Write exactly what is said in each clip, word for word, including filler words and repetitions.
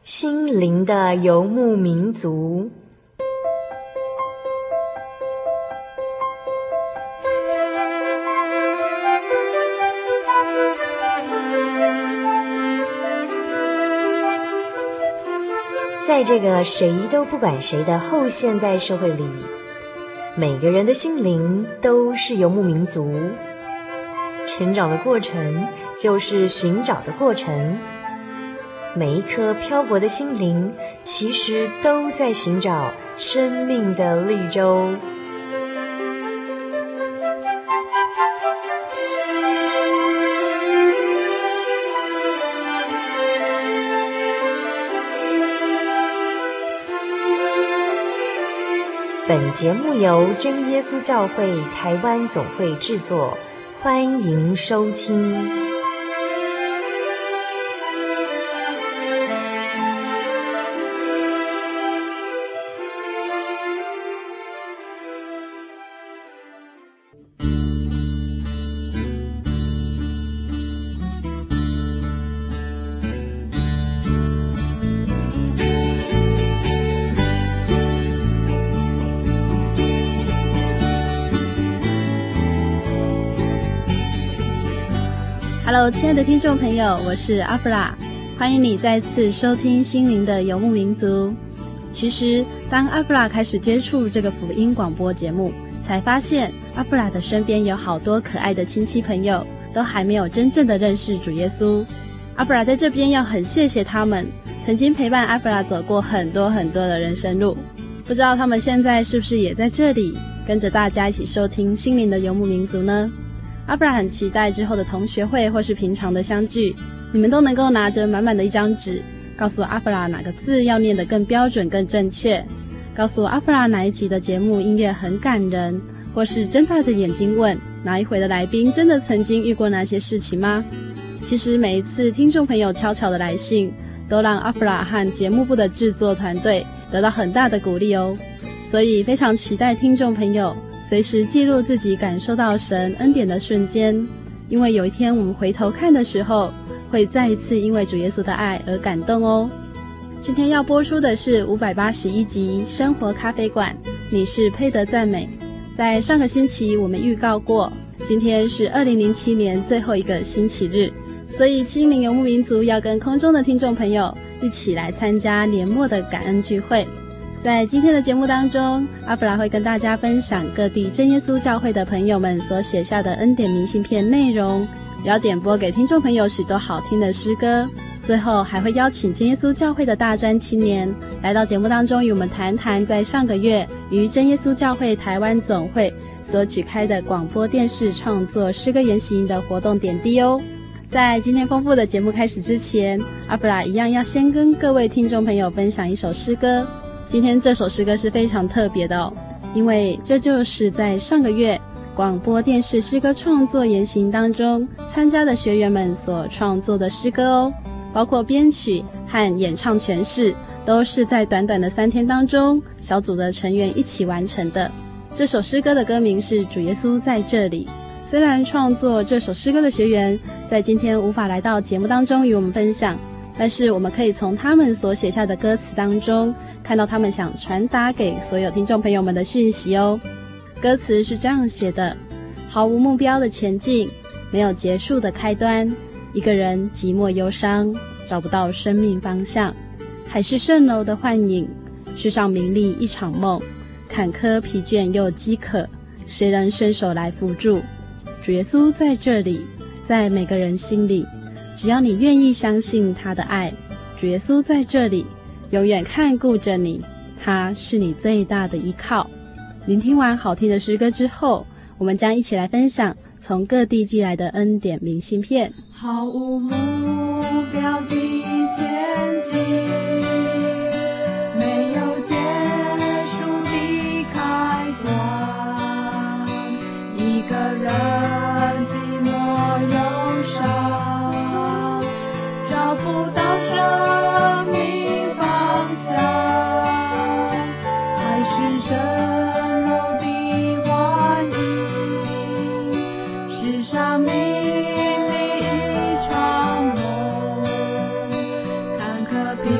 心灵的游牧民族。在这个谁都不管谁的后现代社会里，每个人的心灵都是游牧民族。成长的过程就是寻找的过程，每一颗漂泊的心灵其实都在寻找生命的绿洲。本节目由真耶稣教会台湾总会制作，欢迎收听。 Hello， 亲爱的听众朋友，我是阿弗拉，欢迎你再次收听心灵的游牧民族。其实，当阿弗拉开始接触这个福音广播节目，才发现阿弗拉的身边有好多可爱的亲戚朋友，都还没有真正的认识主耶稣。阿弗拉在这边要很谢谢他们，曾经陪伴阿弗拉走过很多很多的人生路。不知道他们现在是不是也在这里，跟着大家一起收听心灵的游牧民族呢？阿弗拉很期待之后的同学会或是平常的相聚，你们都能够拿着满满的一张纸，告诉阿弗拉哪个字要念得更标准更正确，告诉阿弗拉哪一集的节目音乐很感人，或是睁大着眼睛问哪一回的来宾真的曾经遇过那些事情吗？其实每一次听众朋友悄悄的来信，都让阿弗拉和节目部的制作团队得到很大的鼓励哦。所以非常期待听众朋友随时记录自己感受到神恩典的瞬间，因为有一天我们回头看的时候，会再一次因为主耶稣的爱而感动哦。今天要播出的是五百八十一集生活咖啡馆，你是配得赞美。在上个星期我们预告过，今天是二零零七年最后一个星期日，所以心灵游牧民族要跟空中的听众朋友一起来参加年末的感恩聚会。在今天的节目当中，阿弗拉会跟大家分享各地真耶稣教会的朋友们所写下的恩典明信片内容，也要点播给听众朋友许多好听的诗歌。最后还会邀请真耶稣教会的大专青年来到节目当中，与我们谈谈在上个月于真耶稣教会台湾总会所举开的广播电视创作诗歌研习营的活动点滴哦。在今天丰富的节目开始之前，阿弗拉一样要先跟各位听众朋友分享一首诗歌。今天这首诗歌是非常特别的哦，因为这就是在上个月广播电视诗歌创作研习营当中参加的学员们所创作的诗歌哦，包括编曲和演唱诠释，都是在短短的三天当中小组的成员一起完成的。这首诗歌的歌名是主耶稣在这里。虽然创作这首诗歌的学员在今天无法来到节目当中与我们分享，但是我们可以从他们所写下的歌词当中看到他们想传达给所有听众朋友们的讯息哦。歌词是这样写的：毫无目标的前进，没有结束的开端，一个人寂寞忧伤，找不到生命方向，海市蜃楼的幻影，世上名利一场梦，坎坷疲倦又饥渴，谁能伸手来扶助？主耶稣在这里，在每个人心里，只要你愿意相信他的爱，主耶稣在这里永远看顾着你，他是你最大的依靠。聆听完好听的诗歌之后，我们将一起来分享从各地寄来的恩典明信片。 毫无目标的前进，没有结束的开端，一个人寂寞忧伤，找不到生命方向，海市蜃楼的幻影，世上名利一场梦，坎坷疲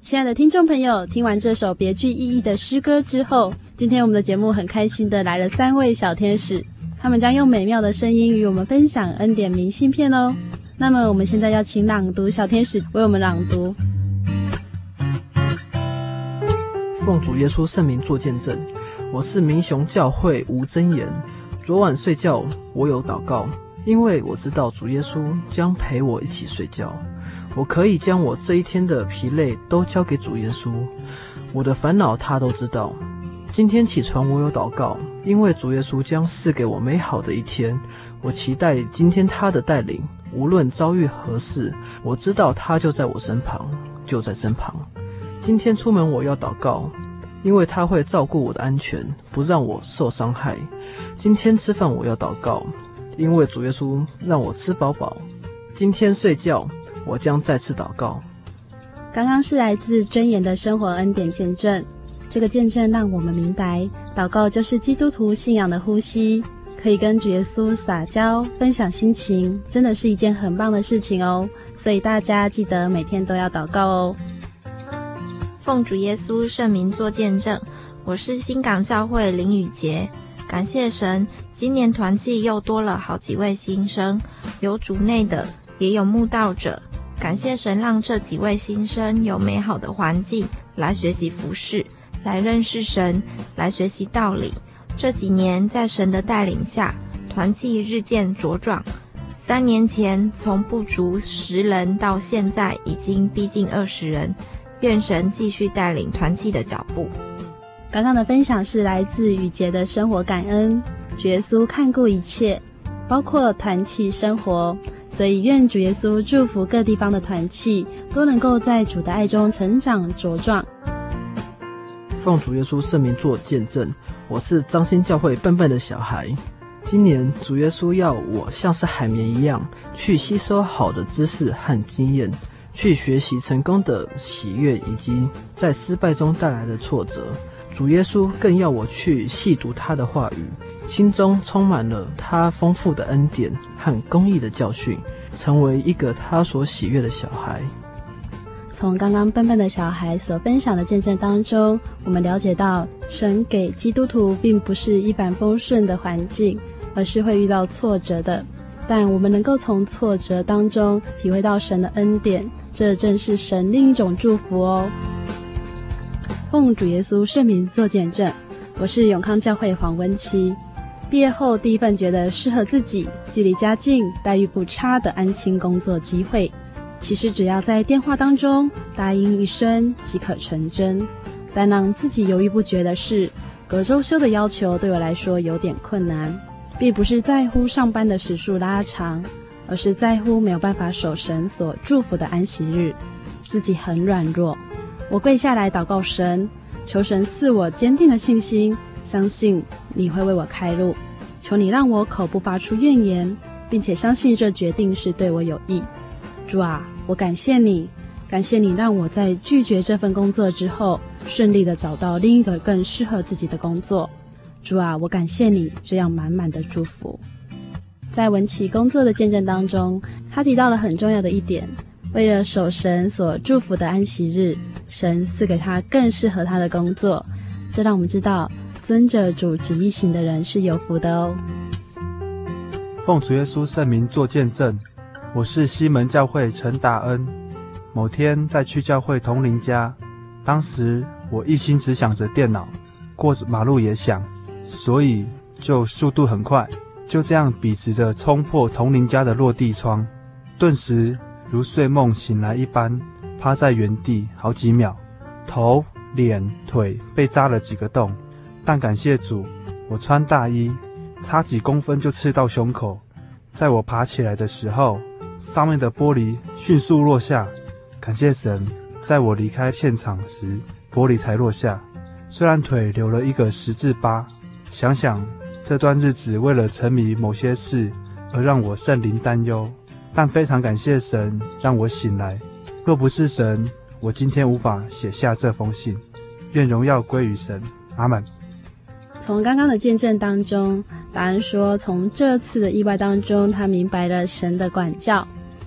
亲爱的听众朋友，听完这首别具意义的诗歌之后，今天我们的节目很开心的来了三位小天使，他们将用美妙的声音与我们分享恩典明信片哦。那么我们现在要请朗读小天使为我们朗读。 奉主耶稣圣名做见证，我是民雄教会吴真言。昨晚睡觉我有祷告，因为我知道主耶稣将陪我一起睡觉，我可以将我这一天的疲累都交给主耶稣，我的烦恼他都知道。今天起床我有祷告，因为主耶稣将赐给我美好的一天，我期待今天他的带领，无论遭遇何事，我知道他就在我身旁，就在身旁。今天出门我要祷告，因为他会照顾我的安全，不让我受伤害。今天吃饭我要祷告，因为主耶稣让我吃饱饱。今天睡觉我将再次祷告。 刚刚是来自箴言的生活恩典见证，这个见证让我们明白，祷告就是基督徒信仰的呼吸，可以跟主耶稣撒娇分享心情，真的是一件很棒的事情哦。所以大家记得每天都要祷告哦。 奉主耶稣圣名做见证，我是新港教会林宇杰。感谢神，今年团契又多了好几位新生，有主内的，也有慕道者。感谢神让这几位新生有美好的环境来学习服事，来认识神，来学习道理。这几年在神的带领下，团契日渐茁壮。三年前从不足十人到现在已经逼近二十人，愿神继续带领团契的脚步。 刚刚的分享是来自宇杰的生活感恩，主耶稣看顾一切，包括团契生活，所以愿主耶稣祝福各地方的团契都能够在主的爱中成长茁壮。 奉主耶稣圣名做见证，我是彰新教会笨笨的小孩。今年主耶稣要我像是海绵一样去吸收好的知识和经验，去学习成功的喜悦以及在失败中带来的挫折。主耶稣更要我去细读他的话语，心中充满了他丰富的恩典和公义的教训，成为一个他所喜悦的小孩。 从刚刚笨笨的小孩所分享的见证当中，我们了解到神给基督徒并不是一帆风顺的环境，而是会遇到挫折的，但我们能够从挫折当中体会到神的恩典，这正是神另一种祝福哦。奉主耶稣圣名做见证，我是永康教会黄文琪。毕业后第一份觉得适合自己、距离家近、待遇不差的安亲工作机会，其实只要在电话当中答应一声即可成真。但让自己犹豫不决的是，隔周休的要求对我来说有点困难，并不是在乎上班的时数拉长，而是在乎没有办法守神所祝福的安息日。自己很软弱，我跪下来祷告神，求神赐我坚定的信心，相信你会为我开路。求你让我口不发出怨言，并且相信这决定是对我有益。主啊，我感谢你，感谢你让我在拒绝这份工作之后，顺利地找到另一个更适合自己的工作。主啊，我感谢你这样满满的祝福。在文琪工作的见证当中，他提到了很重要的一点，为了守神所祝福的安息日，神赐给他更适合他的工作。这让我们知道，遵着主旨意行的人是有福的哦。 奉主耶稣圣名做见证，我是西门教会陈达恩。某天在去教会同邻家，当时我一心只想着电脑，过马路也想，所以就速度很快，就这样笔直着冲破同邻家的落地窗，顿时如睡梦醒来一般，趴在原地好几秒，头、脸、腿被扎了几个洞，但感谢主，我穿大衣，差几公分就刺到胸口。在我爬起来的时候，上面的玻璃迅速落下，感谢神，在我离开现场时，玻璃才落下。虽然腿留了一个十字疤，想想这段日子为了沉迷某些事而让我甚灵担忧，但非常感谢神让我醒来。若不是神，我今天无法写下这封信。愿荣耀归于神，阿们。 从刚刚的见证当中，达恩说从这次的意外当中，他明白了神的管教，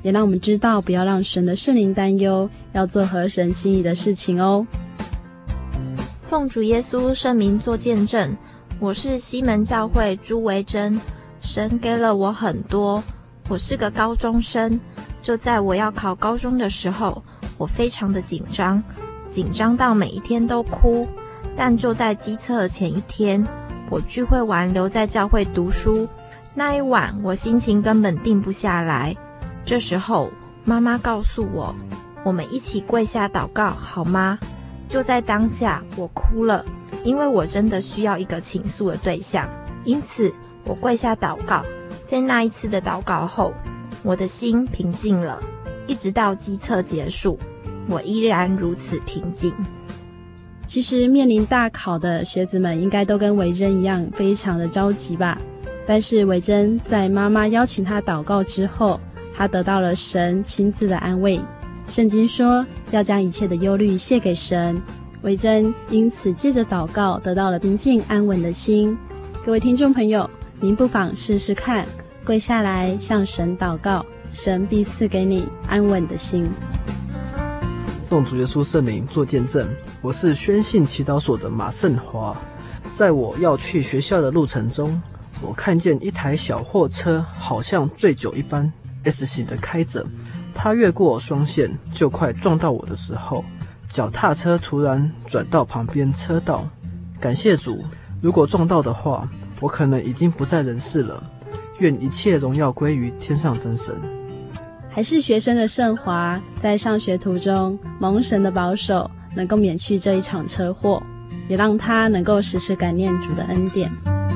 也让我们知道不要让神的圣灵担忧，要做合神心意的事情哦。 奉主耶稣圣名做见证，我是西门教会朱维珍。神给了我很多，我是个高中生，就在我要考高中的时候，我非常的紧张，紧张到每一天都哭。但就在基测前一天，我聚会完留在教会读书，那一晚我心情根本定不下来。这时候妈妈告诉我，我们一起跪下祷告好吗？就在当下我哭了，因为我真的需要一个倾诉的对象，因此我跪下祷告。在那一次的祷告后，我的心平静了，一直到基测结束，我依然如此平静。 其实面临大考的学子们应该都跟维珍一样非常的着急吧，但是维珍在妈妈邀请他祷告之后，他得到了神亲自的安慰。圣经说要将一切的忧虑卸给神，维珍因此借着祷告得到了平静安稳的心。各位听众朋友，您不妨试试看，跪下来向神祷告，神必赐给你安稳的心。 奉主耶稣圣名做见证，我是宣信祈祷所的马胜华。在我要去学校的路程中，我看见一台小货车好像醉酒一般 S 型的开着，它越过双线就快撞到我的时候，脚踏车突然转到旁边车道。感谢主，如果撞到的话，我可能已经不在人世了。愿一切荣耀归于天上真神。 还是学生的圣华，在上学途中蒙神的保守，能够免去这一场车祸，也让他能够时时感念主的恩典。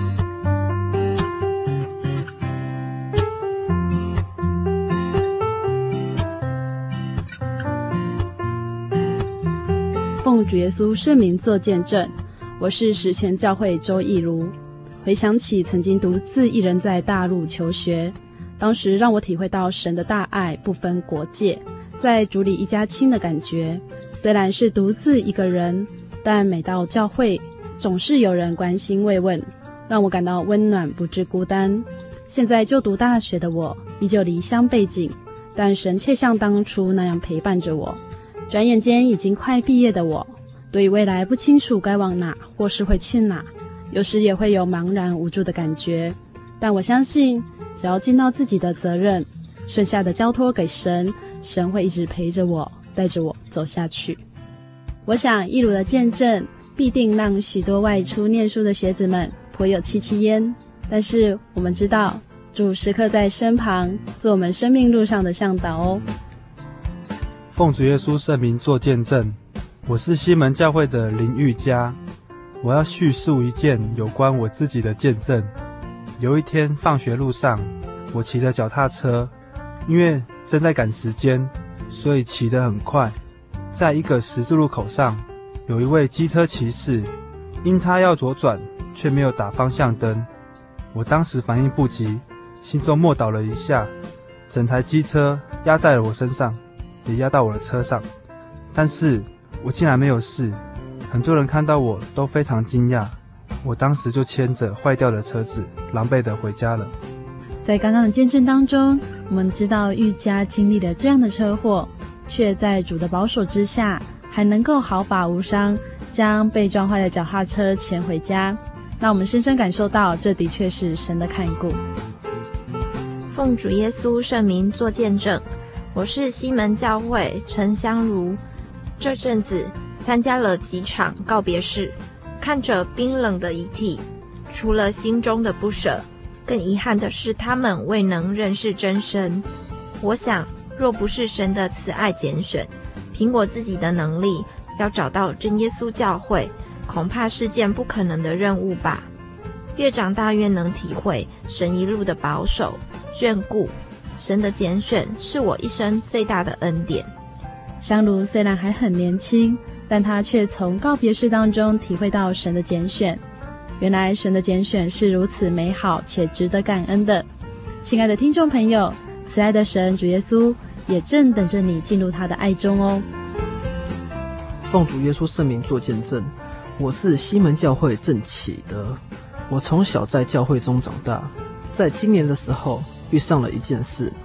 奉主耶稣圣名做见证，我是石泉教会周义如。回想起曾经独自一人在大陆求学，当时让我体会到神的大爱不分国界，在主里一家亲的感觉。虽然是独自一个人，但每到教会总是有人关心慰问，让我感到温暖不致孤单。现在就读大学的我依旧离乡背井，但神却像当初那样陪伴着我。转眼间已经快毕业的我，对于未来不清楚该往哪或是会去哪，有时也会有茫然无助的感觉。但我相信只要尽到自己的责任，剩下的交托给神，神会一直陪着我，带着我走下去。我想义鲁的见证必定让许多外出念书的学子们颇有戚戚焉，但是我们知道主时刻在身旁，做我们生命路上的向导哦。 奉主耶稣圣名做见证，我是西门教会的林玉佳。我要叙述一件有关我自己的见证。有一天放学路上，我骑着脚踏车，因为正在赶时间，所以骑得很快。在一个十字路口上，有一位机车骑士，因他要左转，却没有打方向灯。我当时反应不及，心中默祷了一下，整台机车压在了我身上，也压到我的车上，但是我竟然没有事。很多人看到我都非常惊讶，我当时就牵着坏掉的车子，狼狈地回家了。 在刚刚的见证当中，我们知道玉佳经历了这样的车祸，却在主的保守之下，还能够毫发无伤，将被撞坏的脚踏车牵回家。让我们深深感受到，这的确是神的看顾。 奉主耶稣圣名做见证，我是西门教会陈香如。这阵子参加了几场告别式，看着冰冷的遗体，除了心中的不舍，更遗憾的是他们未能认识真神。我想，若不是神的慈爱拣选，凭我自己的能力要找到真耶稣教会，恐怕是件不可能的任务吧。越长大越能体会神一路的保守眷顾，神的拣选是我一生最大的恩典。 香炉虽然还很年轻，但他却从告别式当中体会到神的拣选。原来神的拣选是如此美好且值得感恩的。亲爱的听众朋友，慈爱的神主耶稣也正等着你进入他的爱中哦。 奉主耶稣圣名做见证，我是西门教会郑启德。我从小在教会中长大，在今年的时候遇上了一件事，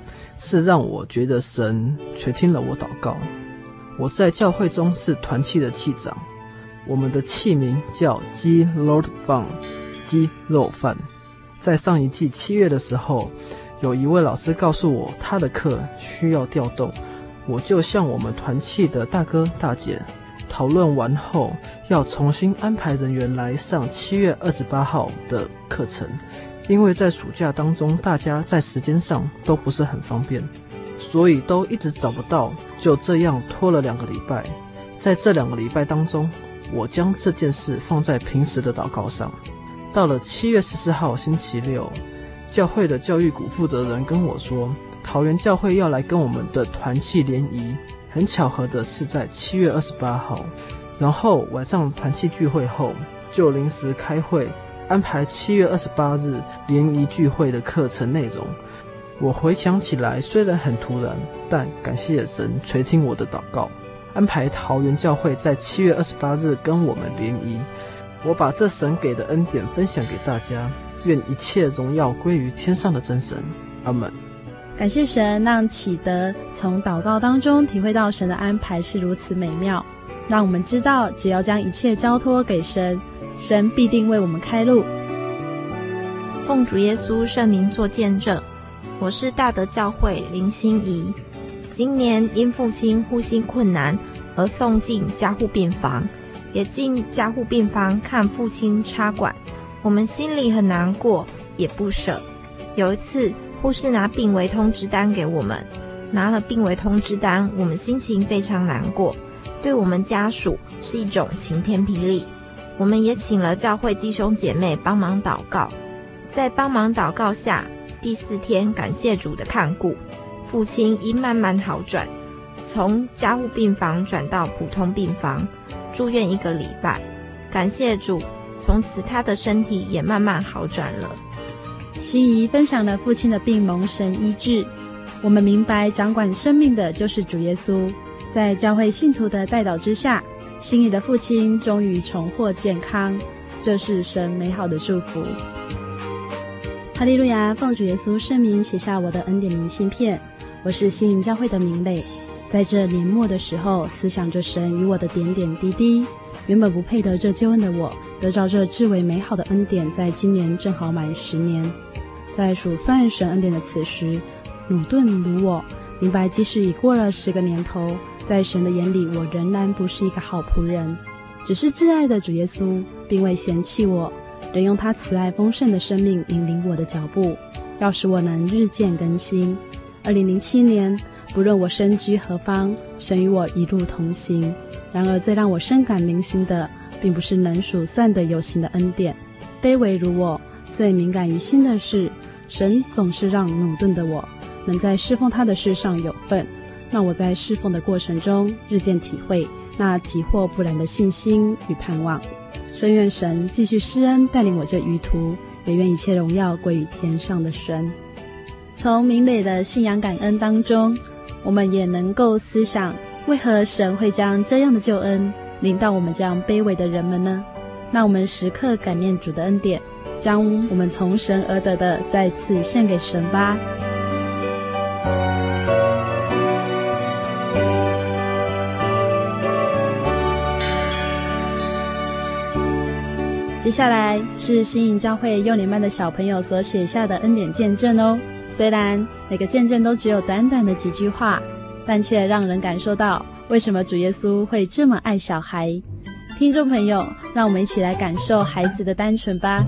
是让我觉得神垂听了我祷告。我在教会中是团契的器长，我们的器名叫鸡 Lord Fun， 鸡肉饭。在上一季七月的时候，有一位老师告诉我他的课需要调动，我就向我们团契的大哥大姐讨论完后，要重新安排人员来上七月二十八号的课程，因为在暑假当中大家在时间上都不是很方便，所以都一直找不到，就这样拖了两个礼拜。在这两个礼拜当中，我将这件事放在平时的祷告上。到了七月十四号星期六，教会的教育股负责人跟我说，桃园教会要来跟我们的团契联谊，很巧合的是在七月二十八号，然后晚上团契聚会后就临时开会安排七月二十八日联谊聚会的课程内容。我回想起来虽然很突然，但感谢神垂听我的祷告，安排桃园教会在七月二十八日跟我们联谊。我把这神给的恩典分享给大家，愿一切荣耀归于天上的真神。阿们。 感谢神让启德从祷告当中体会到神的安排是如此美妙，让我们知道只要将一切交托给神，神必定为我们开路。 奉主耶稣圣名做见证，我是大德教会林心怡，今年因父亲呼吸困难而送进加护病房，也进加护病房看父亲插管，我们心里很难过也不舍。有一次护士拿病危通知单给我们，拿了病危通知单，我们心情非常难过，对我们家属是一种晴天霹雳。我们也请了教会弟兄姐妹帮忙祷告，在帮忙祷告下，第四天感谢主的看顾，父亲已慢慢好转，从加护病房转到普通病房，住院一个礼拜。感谢主，从此他的身体也慢慢好转了。 心怡分享了父亲的病蒙神医治，我们明白掌管生命的就是主耶稣。在教会信徒的代祷之下，心怡的父亲终于重获健康，这是神美好的祝福。哈利路亚，奉主耶稣圣名写下我的恩典明信片。我是心灵教会的明磊，在这年末的时候，思想着神与我的点点滴滴。原本不配得这救恩的我，得着这至为美好的恩典，在今年正好满十年。在数算神恩典的此时，努顿如我，明白即使已过了十个年头，在神的眼里，我仍然不是一个好仆人。只是挚爱的主耶稣并未嫌弃我，仍用他慈爱丰盛的生命引领我的脚步，要使我能日渐更新。二零零七年，不论我身居何方，神与我一路同行。然而最让我深感铭心的，并不是能数算的有形的恩典。卑微如我，最敏感于心的是，神总是让努顿的我能在侍奉他的事上有份，让我在侍奉的过程中日渐体会那急或不然的信心与盼望。深愿神继续施恩带领我这余途，也愿一切荣耀归于天上的神。从明磊的信仰感恩当中，我们也能够思想，为何神会将这样的救恩临到我们这样卑微的人们呢？那我们时刻感念主的恩典，将我们从神而得的再次献给神吧。接下来是新营教会幼年班的小朋友所写下的恩典见证哦。虽然每个见证都只有短短的几句话，但却让人感受到为什么主耶稣会这么爱小孩。听众朋友，让我们一起来感受孩子的单纯吧。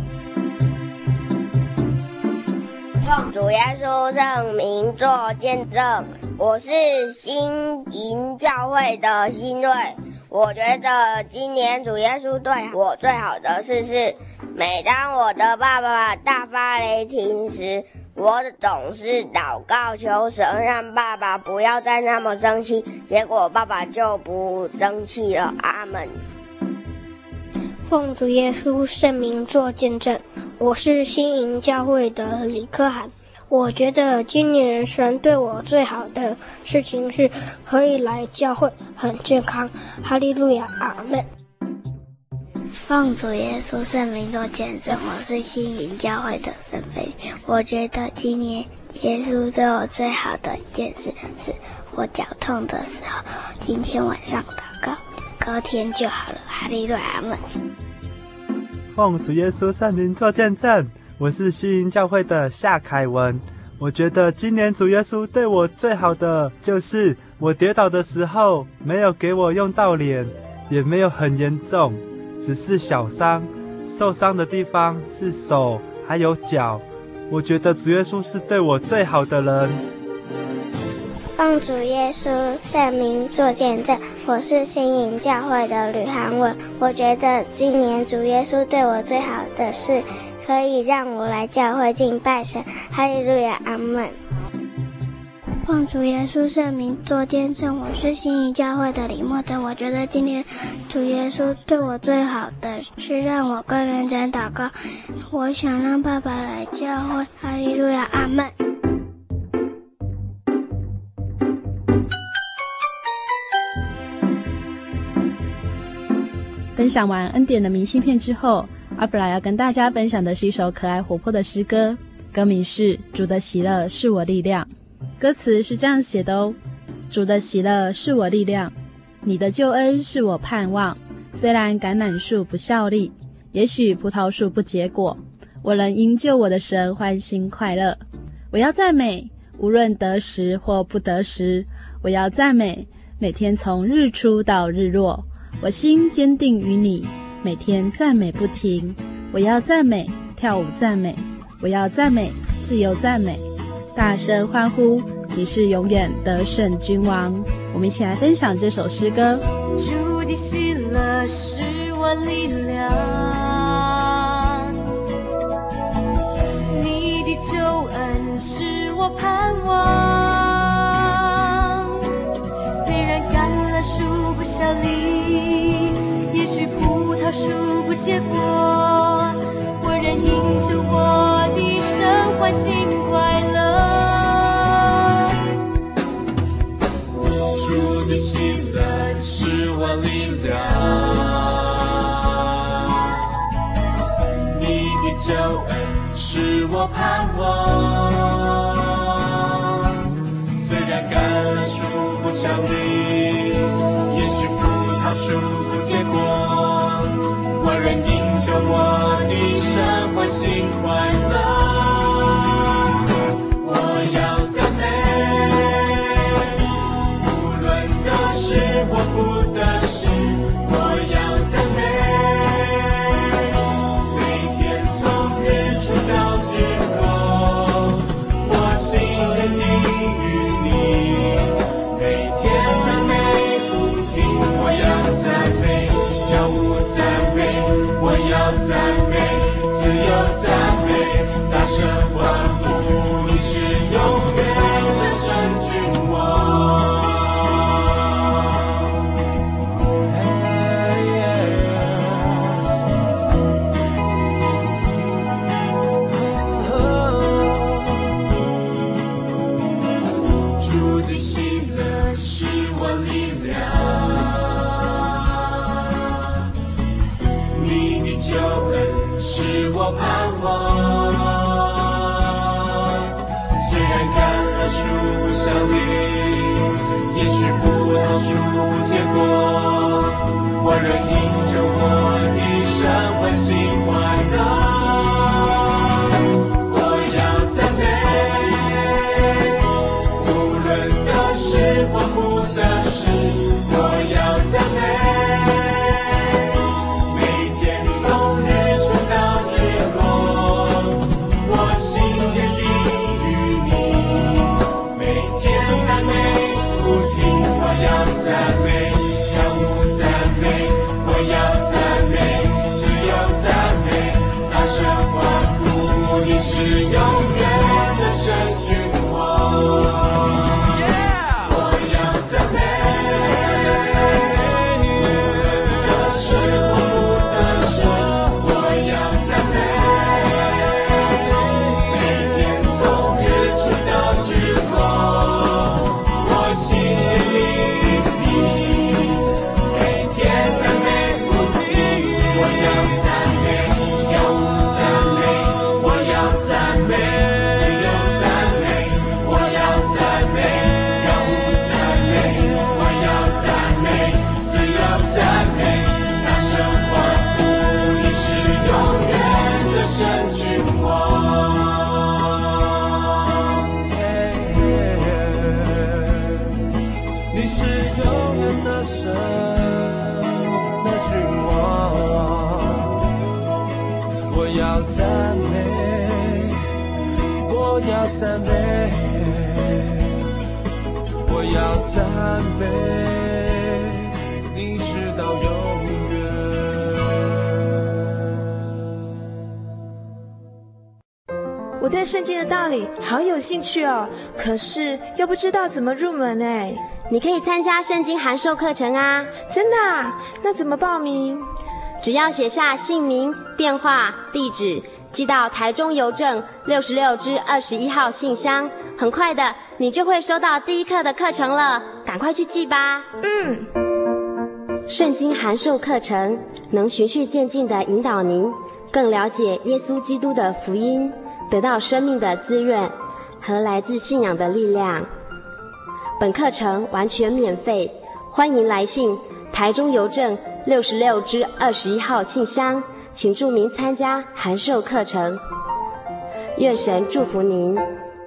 奉主耶稣圣名做见证，我是新营教会的新锐。我觉得今年主耶稣对我最好的事是，每当我的爸爸大发雷霆时，我总是祷告求神让爸爸不要再那么生气，结果爸爸就不生气了。阿们。 奉主耶稣圣名做见证，我是新营教会的李克涵。我觉得今年神对我最好的事情是可以来教会，很健康。哈利路亚，阿们。 奉主耶稣圣名做见证，我是新营教会的沈飞。我觉得今年耶稣对我最好的一件事是我脚痛的时候，今天晚上祷告，隔天就好了。哈利路亚，阿们。 奉主耶稣圣名做见证，我是新营教会的夏凯文。我觉得今年主耶稣对我最好的就是我跌倒的时候没有给我用到脸，也没有很严重，只是小伤，受伤的地方是手还有脚。我觉得主耶稣是对我最好的人。 奉主耶稣圣名做见证，我是新营教会的吕涵文。我觉得今年主耶稣对我最好的是可以让我来教会敬拜神。哈利路亚，阿们。奉主耶稣圣名做见证，我是新营教会的李默珍。我觉得今年主耶稣对我最好的是让我更认真祷告。我想让爸爸来教会。哈利路亚，阿们。 分享完恩典的明信片之后，阿布拉要跟大家分享的是一首可爱活泼的诗歌，歌名是主的喜乐是我力量。歌词是这样写的哦：主的喜乐是我力量，你的救恩是我盼望。虽然橄榄树不效力，也许葡萄树不结果，我仍因救我的神欢欣快乐。我要赞美，无论得时或不得时，我要赞美，每天从日出到日落。我心坚定于你，每天赞美不停。我要赞美，跳舞赞美，我要赞美，自由赞美，大声欢呼，你是永远得胜君王。我们一起来分享这首诗歌。 主的喜乐是我力量，你的救恩是我盼望。虽然橄榄树不效力，也许葡萄树不结果，我仍因着我的神欢欣快乐。主的喜乐是我力量，你的救恩是我盼望。虽然橄榄树不效力，也许葡萄树不结果，我仍因着我的神欢欣快乐。我要赞美，无论得时或不得时，我要赞美，每天从日出到日落，我心坚定于你，每天赞美不停。我要赞美，跳舞赞美，我要赞美，自由赞美，大声欢呼，你是永远的神君王。主的喜乐是我力量，你的救恩是我盼望。虽然橄榄树不效力，也许葡萄树不结果，我仍因着我的神欢欣快乐。我要赞美，无论得时或不得时，我要赞美，每天从日出到日落，我心坚定于你，每天赞要赞美，我要赞美，你直到永远。 我对圣经的道理好有兴趣哦，可是又不知道怎么入门哎。 你可以参加圣经函授课程啊！ 真的啊？那怎么报名？ 只要写下姓名、电话、地址，寄到台中邮政六十六支二十一号信箱，很快的，你就会收到第一课的课程了，赶快去寄吧。 嗯。 圣经函授课程能循序渐进地引导您更了解耶稣基督的福音，得到生命的滋润和来自信仰的力量。本课程完全免费，欢迎来信台中邮政六十六支二十一号信箱，请注明参加函授课程。愿神祝福您。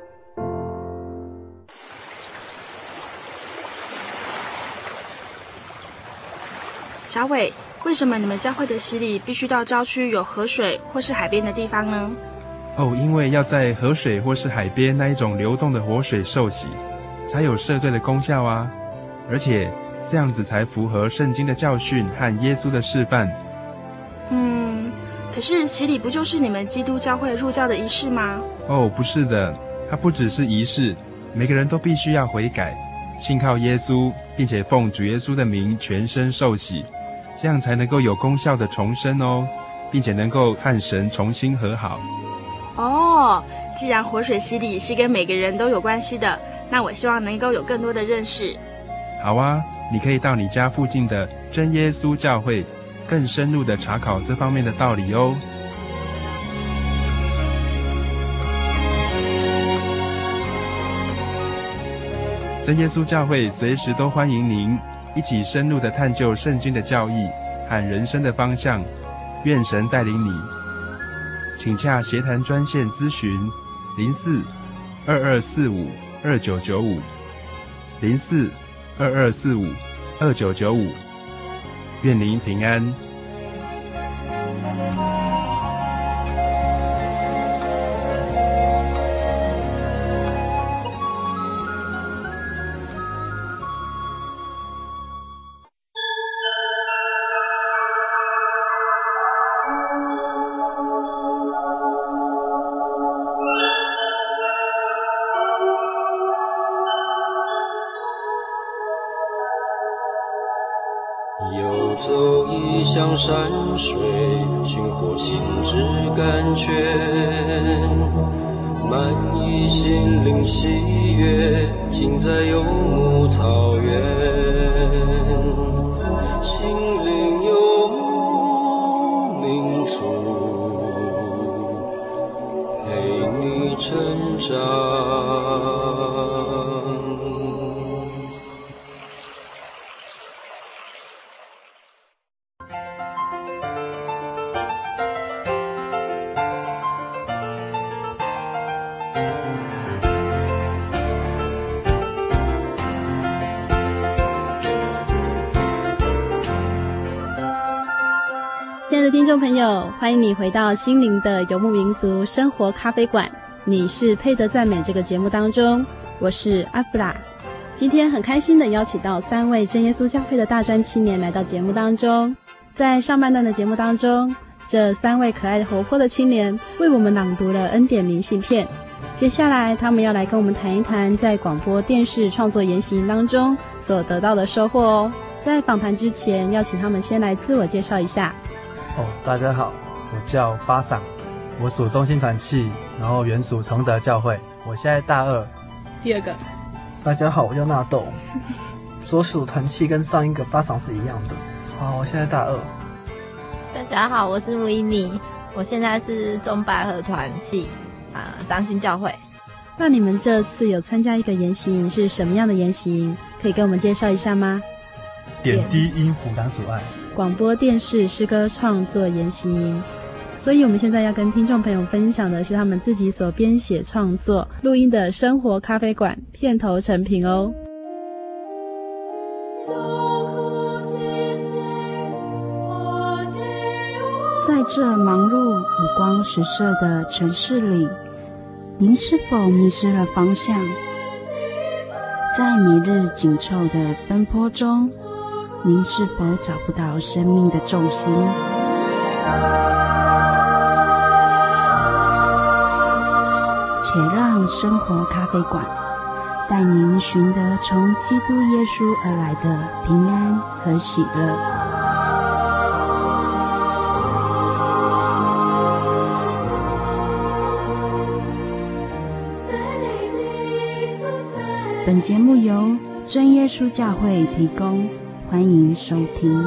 小伟，为什么你们教会的洗礼必须到郊区有河水或是海边的地方呢？ 哦，因为要在河水或是海边那一种流动的活水受洗，才有赦罪的功效啊！而且这样子才符合圣经的教训和耶稣的示范。 嗯，可是洗礼不就是你们基督教会入教的仪式吗？ 哦，不是的，它不只是仪式，每个人都必须要悔改，信靠耶稣，并且奉主耶稣的名全身受洗，这样才能够有功效的重生哦，并且能够和神重新和好。 哦，既然活水洗礼是跟每个人都有关系的，那我希望能够有更多的认识。 好啊，你可以到你家附近的真耶稣教会，更深入的查考这方面的道理哦。真耶稣教会随时都欢迎您一起深入的探究圣经的教义和人生的方向，愿神带领你。请洽协谈专线咨询零四二二四五二九九五零四二二四五二九九五，愿您平安。 游走异乡山水，寻获心之甘泉，满溢心灵喜悦，尽在游牧草原。心灵游牧民族，陪你成长。 亲爱的听众朋友，欢迎你回到心灵的游牧民族生活咖啡馆，你是配得赞美这个节目当中，我是阿弗拉。今天很开心的邀请到三位真耶稣教会的大专青年来到节目当中。在上半段的节目当中，这三位可爱活泼的青年为我们朗读了恩典明信片，接下来他们要来跟我们谈一谈在广播电视创作研习营当中所得到的收获哦。在访谈之前，要请他们先来自我介绍一下。 哦，大家好，我叫巴桑，我属中心团契，然后原属崇德教会，我现在大二。 第二个， 大家好，我叫纳豆，所属团契跟上一个巴桑是一样的。好，我现在大二。 大家好，我是穆伊妮，我现在是中百合团契啊，彰新教会。 那你们这次有参加一个研习营，是什么样的研习营？可以跟我们介绍一下吗？ 点滴音符挡阻碍。 广播电视诗歌创作研习营，所以我们现在要跟听众朋友分享的是他们自己所编写创作录音的生活咖啡馆片头成品哦。 在这忙碌五光十色的城市里， 您是否迷失了方向？在每日紧凑的奔波中，您是否找不到生命的重心？且让生活咖啡馆带您寻得从基督耶稣而来的平安和喜乐。本节目由真耶稣教会提供，欢迎收听。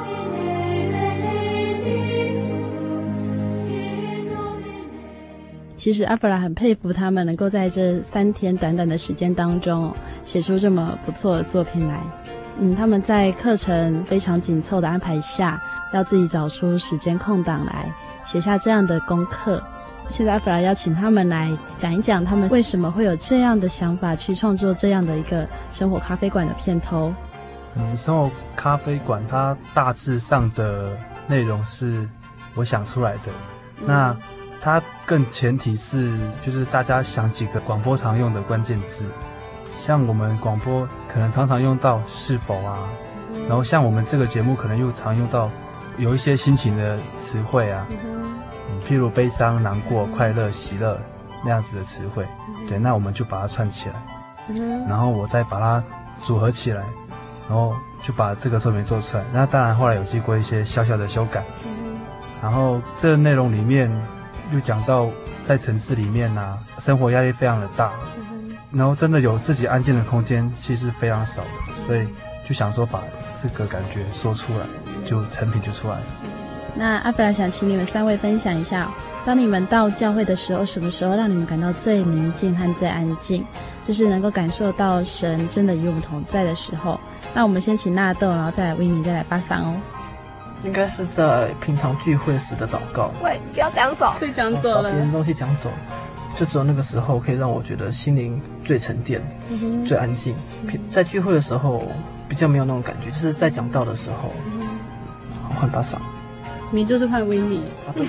其实阿弗拉很佩服他们能够在这三天短短的时间当中、哦、写出这么不错的作品来。嗯，他们在课程非常紧凑的安排下，要自己找出时间空档来写下这样的功课。现在阿弗拉邀请他们来讲一讲他们为什么会有这样的想法去创作这样的一个生活咖啡馆的片头。 嗯，生活咖啡馆它大致上的内容是我想出来的，嗯、那它更前提是就是大家想几个广播常用的关键字，像我们广播可能常常用到是否啊，嗯、然后像我们这个节目可能又常用到有一些心情的词汇啊。嗯譬如悲伤、难过、快乐、喜乐那样子的词汇，对，那我们就把它串起来，然后我再把它组合起来，然后就把这个作品做出来。那当然后来有经过一些小小的修改，然后这个内容里面又讲到在城市里面啊，生活压力非常的大，然后真的有自己安静的空间其实非常少的，所以就想说把这个感觉说出来，就成品就出来了。 那阿弗拉想请你们三位分享一下，当你们到教会的时候，什么时候让你们感到最宁静和最安静，就是能够感受到神真的与我们同在的时候。那我们先请纳豆，然后再来维尼，再来巴桑哦。 应该是在平常聚会时的祷告。 喂，不要讲走， 被讲走了， 把别人东西讲走，就只有那个时候可以让我觉得心灵最沉淀、嗯、最安静。在聚会的时候比较没有那种感觉，就是在讲道的时候。好，换巴桑。 你就是换维尼。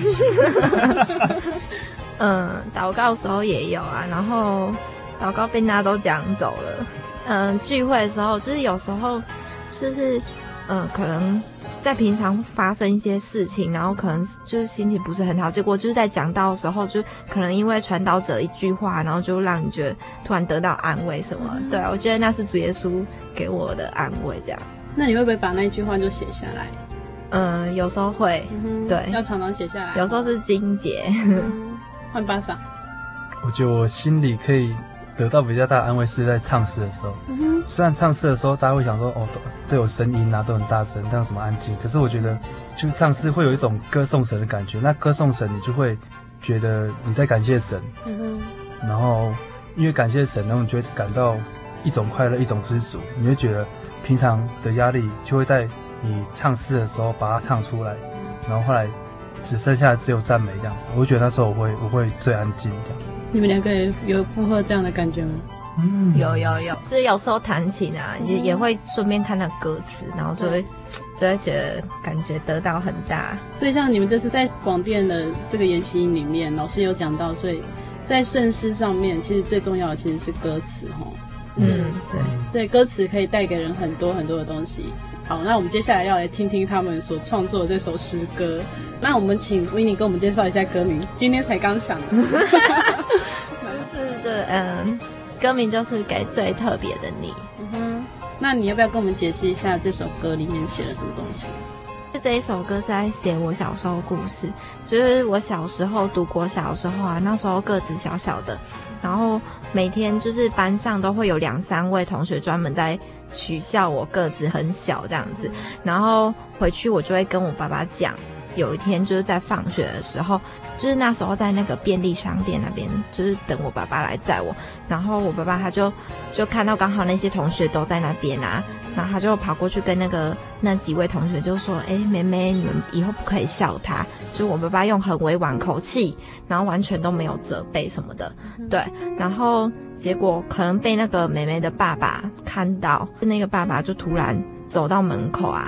嗯，祷告的时候也有啊，然后祷告被大家都讲走了。嗯，聚会的时候就是有时候就是嗯，可能在平常发生一些事情，然后可能就是心情不是很好，结果就是在讲道的时候，就可能因为传导者一句话，然后就让你觉得突然得到安慰什么。嗯、对，我觉得那是主耶稣给我的安慰，这样。 那你会不会把那句话就写下来？ 嗯，有时候会，嗯、对， 要常常写下来。 有时候是经节。 换巴桑。 我觉得我心里可以得到比较大的安慰是在唱诗的时候。嗯、虽然唱诗的时候大家会想说，哦，都都有声音啊，都很大声，这样怎么安静？可是我觉得，就唱诗会有一种歌颂神的感觉。那歌颂神，你就会觉得你在感谢神。嗯、然后因为感谢神，然后你就会感到一种快乐，一种知足。你会觉得平常的压力就会在你唱诗的时候把它唱出来，然后后来只剩下只有赞美这样子。我觉得那时候我会我会最安静这样子。 你们两个有附和这样的感觉吗？ 嗯，有有有，就是有时候弹琴啊，嗯、也也会顺便看那歌词，然后就会就会觉得感觉得到很大。 所以像你们这次在广电的这个研习营里面，老师有讲到，所以在圣诗上面，其实最重要的其实是歌词齁。 嗯，对对，歌词可以带给人很多很多的东西。好，那我们接下来要来听听他们所创作的这首诗歌。那我们请维尼跟我们介绍一下歌名，今天才刚想的。 就是这嗯，歌名就是给最特别的你。 嗯哼，那你要不要跟我们解释一下这首歌里面写了什么东西？ 这一首歌是在写我小时候的故事，就是我小时候读国小的时候啊，那时候个子小小的，然后每天就是班上都会有两三位同学专门在取笑我个子很小这样子，然后回去我就会跟我爸爸讲。有一天就是在放学的时候，就是那时候在那个便利商店那边，就是等我爸爸来载我，然后我爸爸他就就看到刚好那些同学都在那边啊，然后他就跑过去跟那个那几位同学就说，哎，妹妹你们以后不可以笑他，就我爸爸用很委婉口气，然后完全都没有责备什么的，对，然后结果可能被那个妹妹的爸爸看到，那个爸爸就突然走到门口啊，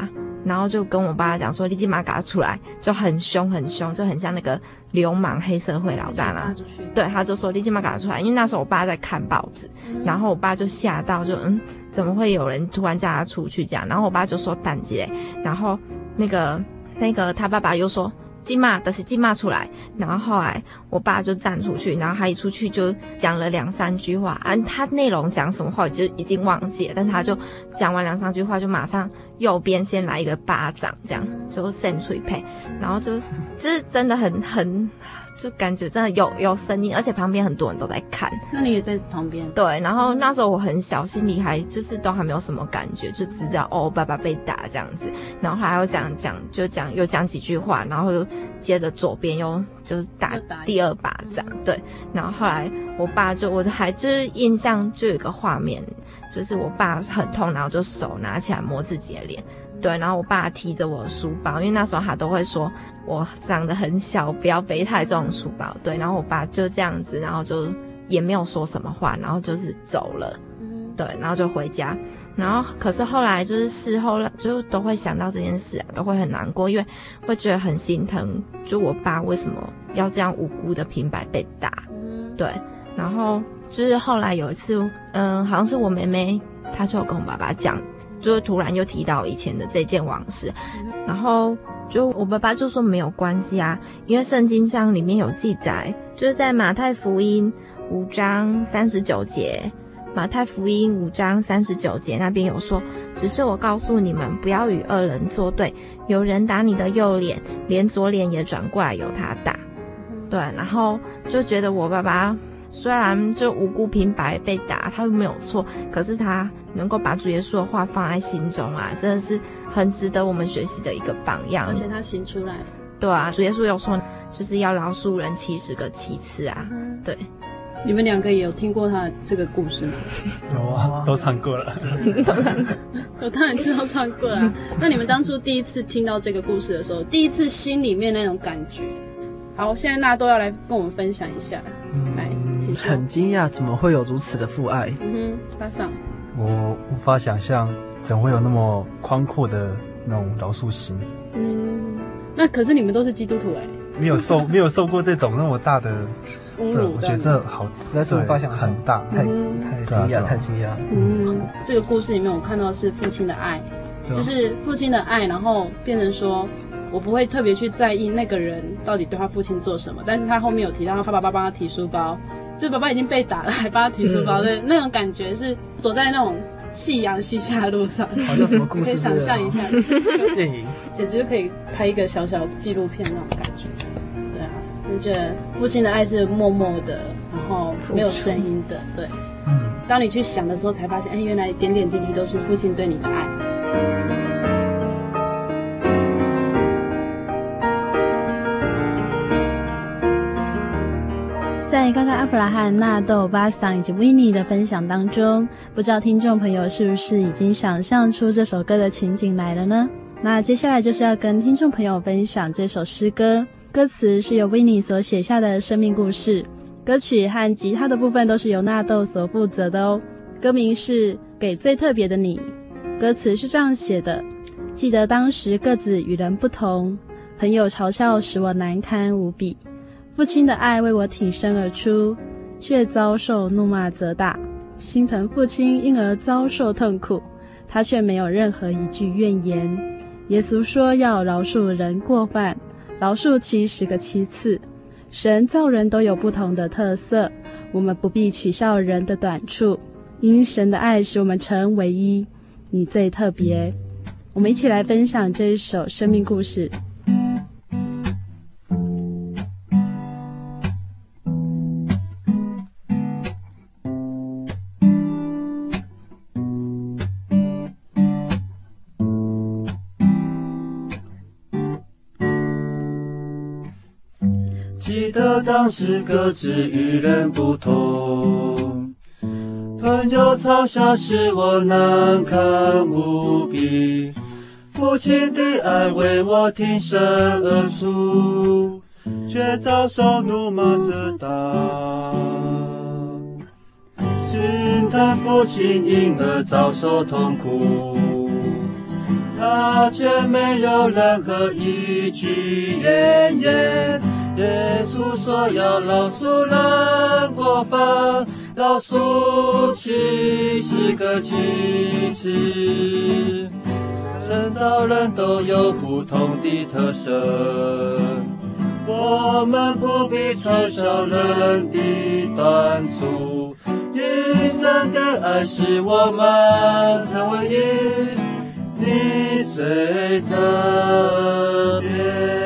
然后就跟我爸讲说你立马给他出来，就很凶很凶，就很像那个流氓黑社会老大啦。对，他就说你立马给他出来，因为那时候我爸在看报纸，嗯、然后我爸就吓到就嗯怎么会有人突然叫他出去这样，然后我爸就说等一下，然后那个那个他爸爸又说金骂但是金骂出来，然后后来我爸就站出去，然后他一出去就讲了两三句话啊，他内容讲什么话我就已经忘记了，但是他就讲完两三句话就马上右边先来一个巴掌，这样就扇脆配，然后就就是真的很很就感觉真的有有声音，而且旁边很多人都在看。 那你也在旁边？ 对，然后那时候我很小，心里还就是都还没有什么感觉，就只知道哦爸爸被打这样子，然后还有讲讲就讲又讲几句话，然后又接着左边又就是打第二巴掌，对，然后后来我爸就我还就是印象就有一个画面，就是我爸很痛，然后就手拿起来摸自己的脸。对，然后我爸提着我的书包，因为那时候他都会说我长得很小，不要背太重的书包。对，然后我爸就这样子，然后就也没有说什么话，然后就是走了。对，然后就回家。然后可是后来就是事后就都会想到这件事啊，都会很难过，因为会觉得很心疼，就我爸为什么要这样无辜的平白被打。对，然后就是后来有一次，嗯、呃，好像是我妹妹，她就有跟我爸爸讲。就是突然又提到以前的这件往事，然后就我爸爸就说没有关系啊，因为圣经上里面有记载，就是在马太福音五章三十九节，马太福音五章三十九节那边有说，只是我告诉你们，不要与恶人作对，有人打你的右脸，连左脸也转过来由他打。对，然后就觉得我爸爸虽然就无辜平白被打，他没有错，可是他能够把主耶稣的话放在心中啊，真的是很值得我们学习的一个榜样。 而且他行出来。 对啊，主耶稣有说就是要饶恕人七十个七次啊。嗯、对， 你们两个也有听过他这个故事吗？ 有啊，都唱过了。 都唱过， 我当然知道唱过了、啊。那你们当初第一次听到这个故事的时候，第一次心里面那种感觉，好，现在纳豆要来跟我们分享一下，嗯、来。 很惊讶，怎么会有如此的父爱？ 嗯哼，巴桑， 我无法想象，怎会有那么宽阔的那种饶恕心。 嗯，那可是你们都是基督徒哎， 没有受没有受过这种那么大的侮辱， 我觉得这好， 实在是无法想象， 很大， 太太惊讶，太惊讶。 嗯，这个故事里面我看到的是父亲的爱，就是父亲的爱，然后变成说。我不会特别去在意那个人到底对他父亲做什么，但是他后面有提到他爸爸帮他提书包，就爸爸已经被打了还帮他提书包，对、嗯，那种感觉是走在那种夕阳西下的路上， 好像什么故事？ 可以想象一下， 电影简直就可以拍一个小小纪录片那种感觉。对啊，就觉得父亲的爱是默默的，然后没有声音的，对。嗯，当你去想的时候，才发现，哎，原来点点滴滴都是父亲对你的爱。 在刚刚阿弗拉罕、纳豆、巴桑以及维尼的分享当中，不知道听众朋友是不是已经想象出这首歌的情景来了呢？那接下来就是要跟听众朋友分享这首诗歌，歌词是由维尼所写下的生命故事，歌曲和吉他的部分都是由纳豆所负责的哦。歌名是《给最特别的你》，歌词是这样写的：记得当时个子与人不同，朋友嘲笑使我难堪无比。父亲的爱为我挺身而出，却遭受怒骂责打，心疼父亲因而遭受痛苦，他却没有任何一句怨言。耶稣说要饶恕人过犯，饶恕七十个七次。神造人都有不同的特色，我们不必取笑人的短处，因神的爱使我们成唯一，你最特别。我们一起来分享这一首生命故事。 记得当时各自与人不同，朋友嘲笑使我难堪无比，父亲的爱为我挺身而出，却遭受怒骂责打，心疼父亲因而遭受痛苦，他他却没有任何一句怨言。耶稣说要饶恕人过犯，饶恕七十个七次。神造人都有不同的特色，我们不必嘲笑人的短处，因神的爱使我们成为一，你最特别。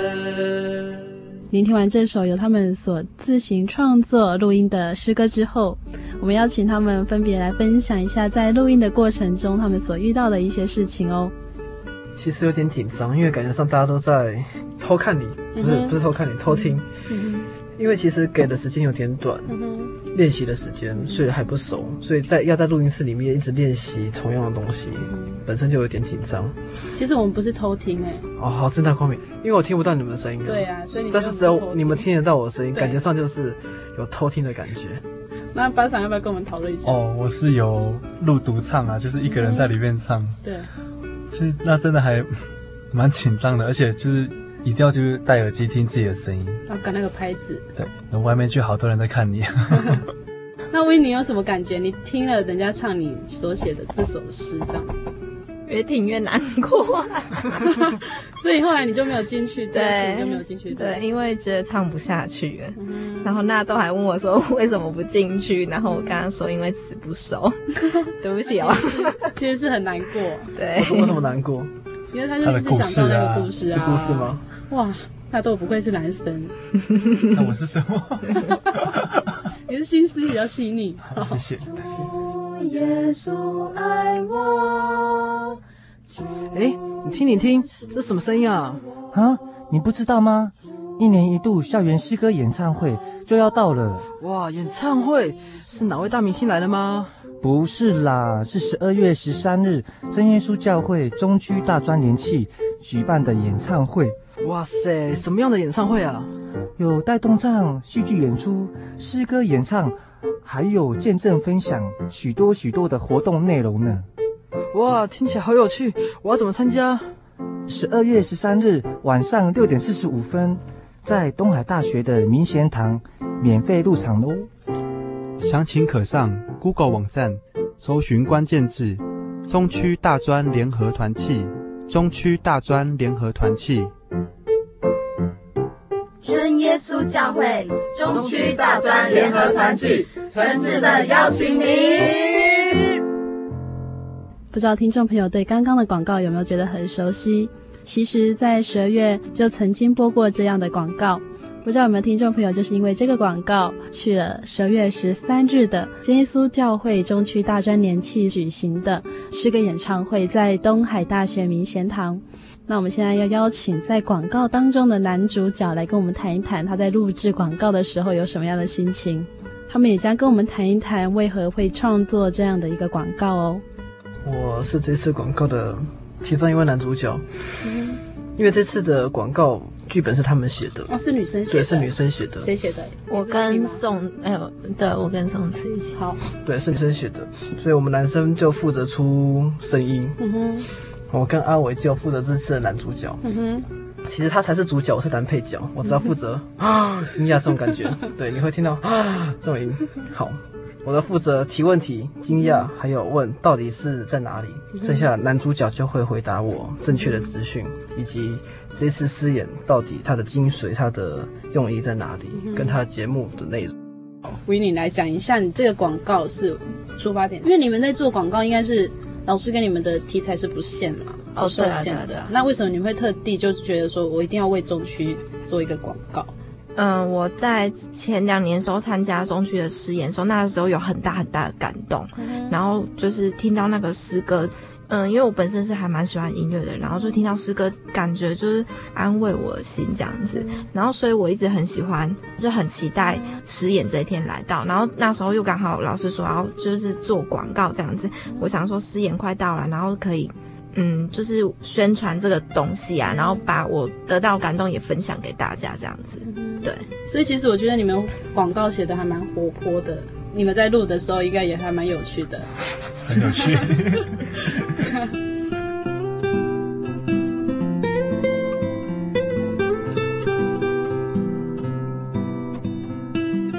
聆听完这首由他们所自行创作录音的诗歌之后，我们邀请他们分别来分享一下在录音的过程中他们所遇到的一些事情哦。 其实有点紧张，因为感觉上大家都在偷看你，不是、嗯、不是偷看你，偷听。嗯、因为其实给的时间有点短，练、嗯、习的时间，所以还不熟，所以在要在录音室里面一直练习同样的东西，嗯、本身就有点紧张。 其实我们不是偷听哎、欸。 哦，好，正大光明，因为我听不到你们的声音。 对啊，所以你但是只有你们听得到我的声音，感觉上就是有偷听的感觉。 那巴桑要不要跟我们讨论一下？ 哦，我是有录独唱啊，就是一个人在里面唱。嗯、对。其实那真的还蛮紧张的，而且就是一定要就是戴耳机听自己的声音， 要赶那个拍子。 对，那外面就好多人在看你。 那威尼有什么感觉？你听了人家唱你所写的这首诗，这样越听越难过， 所以后来你就没有进去，对，你就没有进去， 对，因为觉得唱不下去了。嗯、然后那都还问我说为什么不进去，然后我跟他说因为词不熟，对不起哦。 其实是很难过， 对。 为什么难过？ 因为他就一直想到那个故事啊， 是故事吗？ 哇，那都不愧是男生。 那我是什么？ 你是心思比较细腻。 好，谢谢。 耶稣爱我。 哎，你听你听，这是什么声音啊？ 啊，你不知道吗？一年一度校园诗歌演唱会就要到了。 哇，演唱会是哪位大明星来了吗？ 不是啦，是十二月十三日真耶稣教会中区大专联契举办的演唱会。 哇塞，什么样的演唱会啊？ 有带动唱、戏剧演出、诗歌演唱，还有见证分享，许多许多的活动内容呢。 哇，听起来好有趣，我要怎么参加？ 十二月十三日晚上六点四十五分，在东海大学的明贤堂免费入场喽。 详情可上 Google 网站搜寻关键字中区大专联合团契，中区大专联合团契。 真耶稣教会中区大专联合团契诚挚的邀请您。 不知道听众朋友对刚刚的广告有没有觉得很熟悉？其实在十二月就曾经播过这样的广告，不知道有没有听众朋友就是因为这个广告去了十二月十三日的真耶稣教会中区大专联契举行的诗歌演唱会，在东海大学明贤堂。那我们现在要邀请在广告当中的男主角来跟我们谈一谈他在录制广告的时候有什么样的心情，他们也将跟我们谈一谈为何会创作这样的一个广告哦。 我是这次广告的其中一位男主角，嗯，因为这次的广告剧本是他们写的。 哦，是女生写的？ 对，是女生写的。 谁写的？ 我跟宋，哎呦，对，我跟宋慈一起。 好， 对，是女生写的，所以我们男生就负责出声音。嗯哼，我跟阿伟就负责这次的男主角。嗯哼，其实他才是主角，我是男配角，我只要负责啊惊讶这种感觉。对，你会听到啊这种音。好。我的负责提问题、惊讶，还有问到底是在哪里，剩下男主角就会回答我正确的资讯，以及这次饰演到底它的精髓、它的用意在哪里，跟它的节目的内容。 维尼来讲一下，你这个广告是出发点，因为你们在做广告，应该是老师跟你们的题材是不限嘛， 哦， 不受限的。 对啊对啊对啊， 那为什么你们会特地就是觉得说我一定要为中区做一个广告？ 嗯，我在前两年的时候参加中区的诗演的时候，那个时候有很大很大的感动，嗯、然后就是听到那个诗歌，嗯，因为我本身是还蛮喜欢音乐的，然后就听到诗歌，感觉就是安慰我的心这样子，然后所以我一直很喜欢，就很期待诗演这一天来到，然后那时候又刚好老师说要就是做广告这样子，我想说诗演快到了，然后可以。嗯，就是宣传这个东西啊，然后把我得到感动也分享给大家，这样子。对， 所以其实我觉得你们广告写的还蛮活泼的，你们在录的时候应该也还蛮有趣的， 很有趣。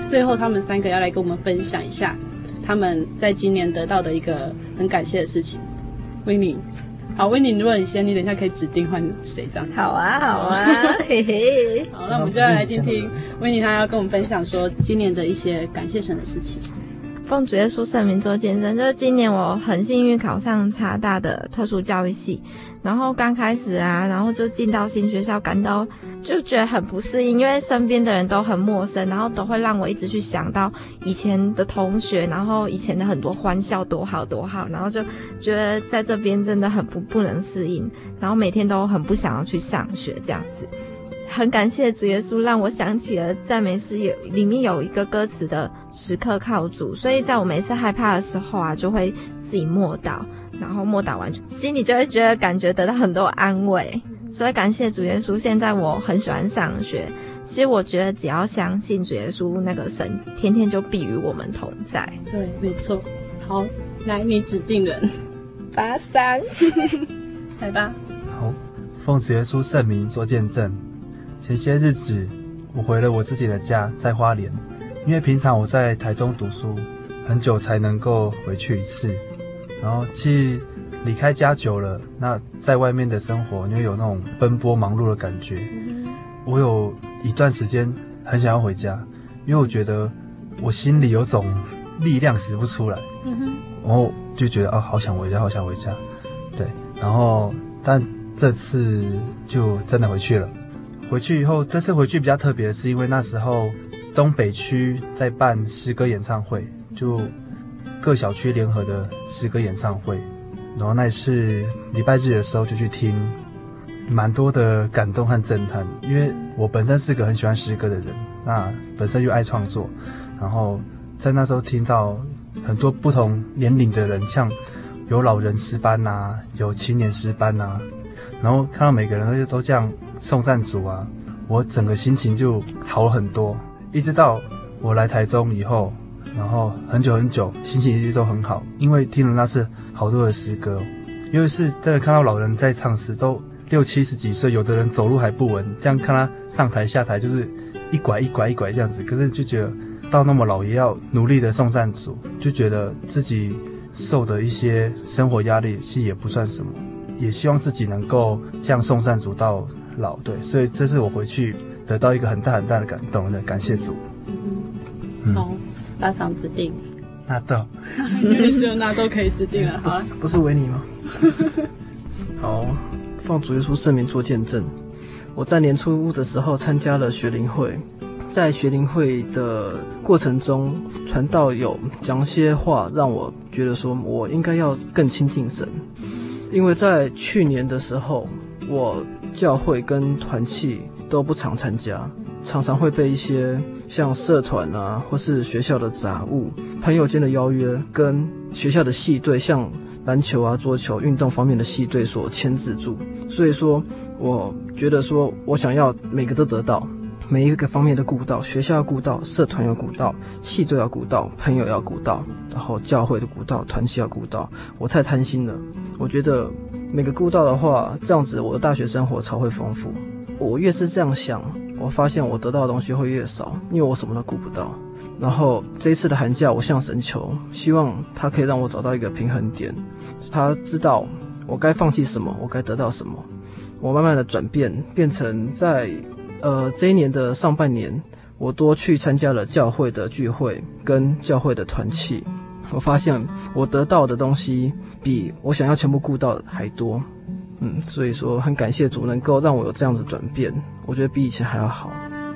最后他们三个要来跟我们分享一下他们在今年得到的一个很感谢的事情。维尼，好，维尼，如果你先，你等一下可以指定换谁这样子。 好啊，好啊，嘿嘿。 好，那我们就来听听维尼他要跟我们分享说今年的一些感谢神的事情。 奉主耶稣圣名做见证，就是今年我很幸运考上茶大的特殊教育系，然后刚开始啊，然后就进到新学校，感到就觉得很不适应，因为身边的人都很陌生，然后都会让我一直去想到以前的同学，然后以前的很多欢笑多好多好，然后就觉得在这边真的很不不能适应，然后每天都很不想要去上学这样子。很感谢主耶稣，让我想起了赞美诗有里面有一个歌词的时刻靠主，所以在我每次害怕的时候啊，就会自己默祷，然后默祷完心里就会觉得感觉得到很多安慰，所以感谢主耶稣。现在我很喜欢上学，其实我觉得只要相信主耶稣那个神，天天就必与我们同在。 对，没错。好，来，你指定人， 八三， 来吧。 好，奉主耶稣圣名做见证。前些日子，我回了我自己的家，在花莲，因为平常我在台中读书，很久才能够回去一次。然后其实离开家久了，那在外面的生活，你会有那种奔波忙碌的感觉。我有一段时间很想要回家，因为我觉得我心里有种力量使不出来，然后就觉得哦，好想回家，好想回家。对，然后但这次就真的回去了。回去以后，这次回去比较特别的是，因为那时候东北区在办诗歌演唱会，就各小区联合的诗歌演唱会，然后那一次礼拜日的时候就去听，蛮多的感动和震撼。因为我本身是个很喜欢诗歌的人，那本身又爱创作，然后在那时候听到很多不同年龄的人，像有老人诗班啊，有青年诗班啊，然后看到每个人都都这样颂赞主啊，我整个心情就好了很多。一直到我来台中以后，然后很久很久心情一直都很好，因为听了那次好多的诗歌，因为是真的看到老人在唱诗，都六七十几岁，有的人走路还不稳，这样看他上台下台就是一拐一拐一拐这样子，可是就觉得到那么老也要努力的颂赞主，就觉得自己受的一些生活压力其实也不算什么，也希望自己能够这样颂赞主到老。对，所以这是我回去得到一个很大很大的感动的，感谢主。 嗯，好，把嗓指定。 纳豆， 只有纳豆可以指定了。好， 不是维尼吗？好，奉主耶稣圣名做见证。我在年初的时候参加了学灵会，在学灵会的过程中，传道有讲些话，让我觉得说我应该要更亲近神。因为在去年的时候，我教会跟团契都不常参加，常常会被一些像社团啊，或是学校的杂物、朋友间的邀约，跟学校的系队，像篮球啊、桌球、运动方面的系队所牵制住。所以说，我觉得说我想要每个都得到，每一个方面都顾到，学校要顾到，社团要顾到，系队要顾到，朋友要顾到，然后教会的顾到，团契要顾到。我太贪心了，我觉得每个顾到的话，这样子我的大学生活才会丰富。我越是这样想，我发现我得到的东西会越少，因为我什么都顾不到。然后这一次的寒假，我向神求，希望他可以让我找到一个平衡点。他知道我该放弃什么，我该得到什么。我慢慢的转变，变成在呃这一年的上半年，我多去参加了教会的聚会跟教会的团契。我发现我得到的东西比我想要全部顾到的还多。嗯，所以说很感谢主能够让我有这样子转变，我觉得比以前还要好。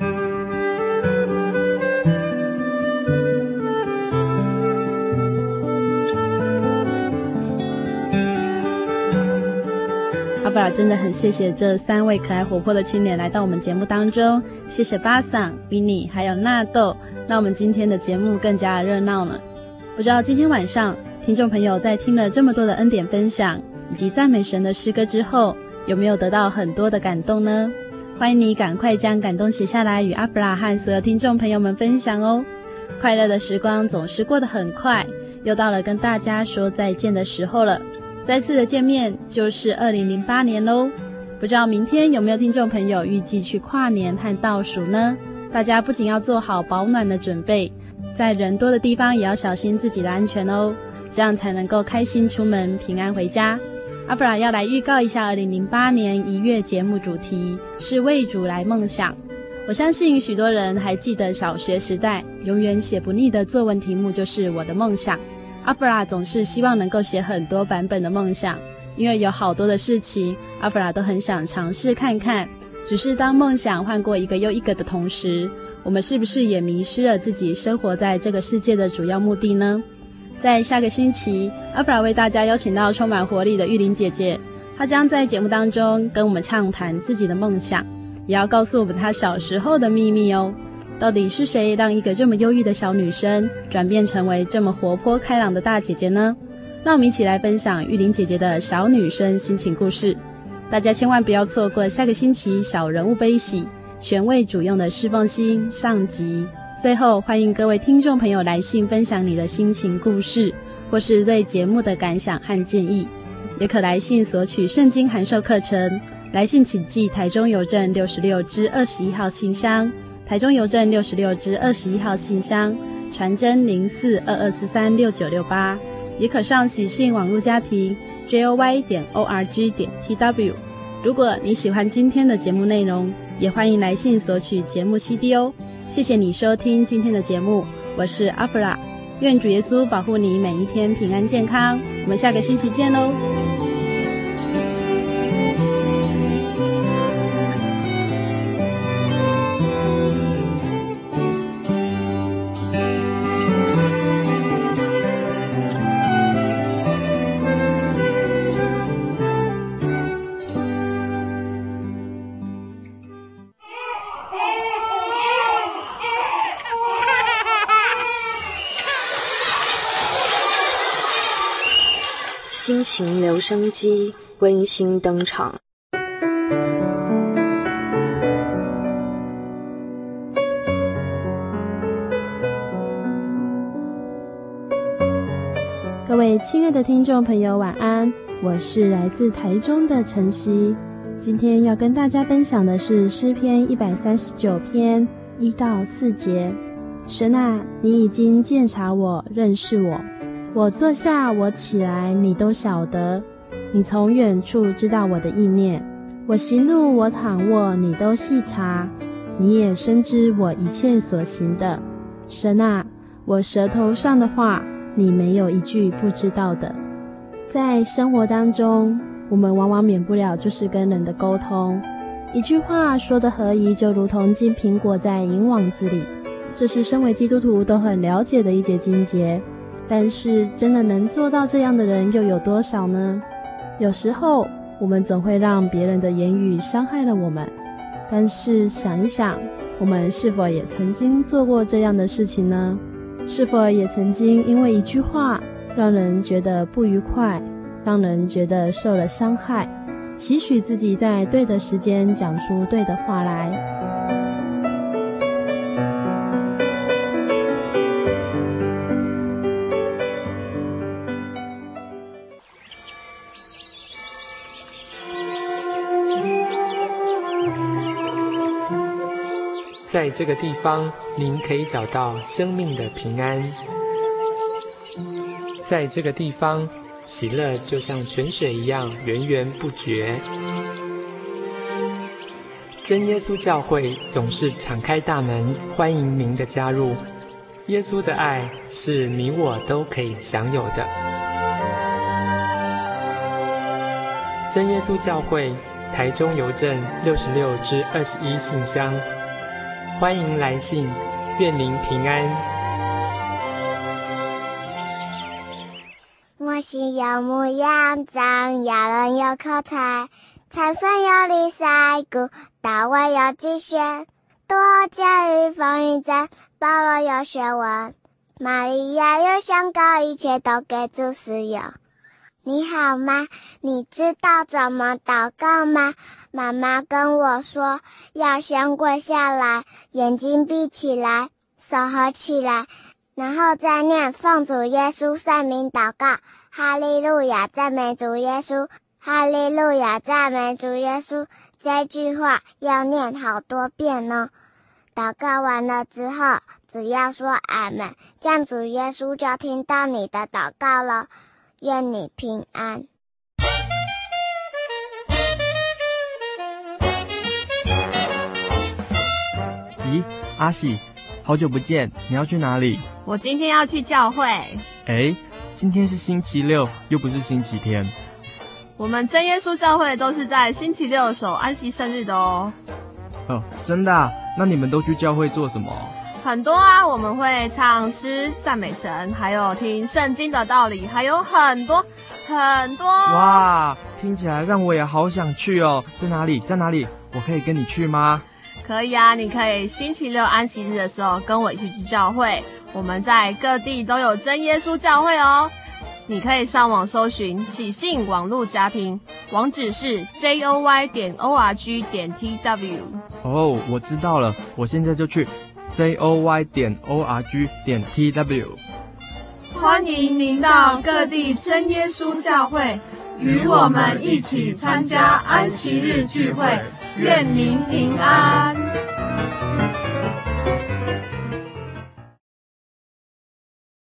阿布拉真的很谢谢这三位可爱活泼的青年来到我们节目当中，谢谢巴桑、维尼还有纳豆，让我们今天的节目更加的热闹了。不知道今天晚上听众朋友在听了这么多的恩典分享以及赞美神的诗歌之后，有没有得到很多的感动呢？欢迎你赶快将感动写下来，与阿布拉和所有听众朋友们分享哦。快乐的时光总是过得很快，又到了跟大家说再见的时候了。再次的见面就是二零零八年咯，不知道明天有没有听众朋友预计去跨年和倒数呢？ 大家不仅要做好保暖的准备，在人多的地方也要小心自己的安全哦，这样才能够开心出门，平安回家。阿布拉要来预告一下二零零八年一月节目主题是为主来梦想。我相信许多人还记得小学时代永远写不腻的作文题目就是我的梦想。阿布拉总是希望能够写很多版本的梦想，因为有好多的事情阿布拉都很想尝试看看，只是当梦想换过一个又一个的同时，我们是不是也迷失了自己生活在这个世界的主要目的呢？在下个星期，阿布拉为大家邀请到充满活力的玉玲姐姐，她将在节目当中跟我们畅谈自己的梦想，也要告诉我们她小时候的秘密哦。到底是谁让一个这么忧郁的小女生转变成为这么活泼开朗的大姐姐呢？让我们一起来分享玉玲姐姐的小女生心情故事。大家千万不要错过下个星期小人物悲喜全为主用的侍奉心上集。最后欢迎各位听众朋友来信分享你的心情故事，或是对节目的感想和建议，也可来信索取圣经函授课程。来信请寄台中邮政六十六支二十一号信箱，台中邮政六十六支二十一号信箱，传真零四二二四三六九六八，也可上喜信网络家庭 j o y 点 o r g 点 t w。 如果你喜欢今天的节目内容，也欢迎来信索取节目 C D 哦。谢谢你收听今天的节目，我是阿弗拉，愿主耶稣保护你每一天平安健康，我们下个星期见喽。 心情留声机温馨登场。 各位亲爱的听众朋友晚安，我是来自台中的晨曦。今天要跟大家分享的是诗篇一百三十九篇一到四节。神啊，你已经鉴察我，认识我，我坐下，我起来，你都晓得。你从远处知道我的意念，我行路，我躺卧，你都细察。你也深知我一切所行的。神啊，我舌头上的话，你没有一句不知道的。在生活当中，我们往往免不了就是跟人的沟通，一句话说的合宜，就如同金苹果在银网子里，这是身为基督徒都很了解的一节经节。但是真的能做到这样的人又有多少呢？有时候我们总会让别人的言语伤害了我们，但是想一想，我们是否也曾经做过这样的事情呢？是否也曾经因为一句话让人觉得不愉快，让人觉得受了伤害，期许自己在对的时间讲出对的话来？ 在这个地方，您可以找到生命的平安。在这个地方，喜乐就像泉水一样源源不绝。真耶稣教会总是敞开大门，欢迎您的加入。耶稣的爱是你我都可以享有的。真耶稣教会，台中邮政六十六支二十一信箱。欢迎来信，愿您平安。 我心有模样，长有人有口才，才算有理赛古，大卫有机选，多加与风雨战，保罗有学问，玛利亚有香膏，一切都给主使用。你好吗？你知道怎么祷告吗？妈妈跟我说，要先跪下来，眼睛闭起来，手合起来，然后再念奉主耶稣圣名祷告，哈利路亚，赞美主耶稣，哈利路亚，赞美主耶稣。这句话要念好多遍哦。 祷告完了之后，只要说阿们，这样主耶稣就听到你的祷告了。愿你平安。 咦，阿喜，好久不见，你要去哪里？ 我今天要去教会。 哎，今天是星期六，又不是星期天。 我们真耶稣教会都是在星期六守安息圣日的哦。 哦，真的啊？那你们都去教会做什么？ 很多啊，我们会唱诗赞美神，还有听圣经的道理，还有很多很多。 哇，听起来让我也好想去哦。在哪里？在哪里？我可以跟你去吗？ 可以啊，你可以星期六安息日的时候跟我一起去教会。我们在各地都有真耶稣教会哦。你可以上网搜寻喜信网络家庭，网址是 joy 点 org 点 tw。 哦，我知道了，我现在就去 joy 点 org 点 tw。 欢迎您到各地真耶稣教会，与我们一起参加安息日聚会。愿您平安。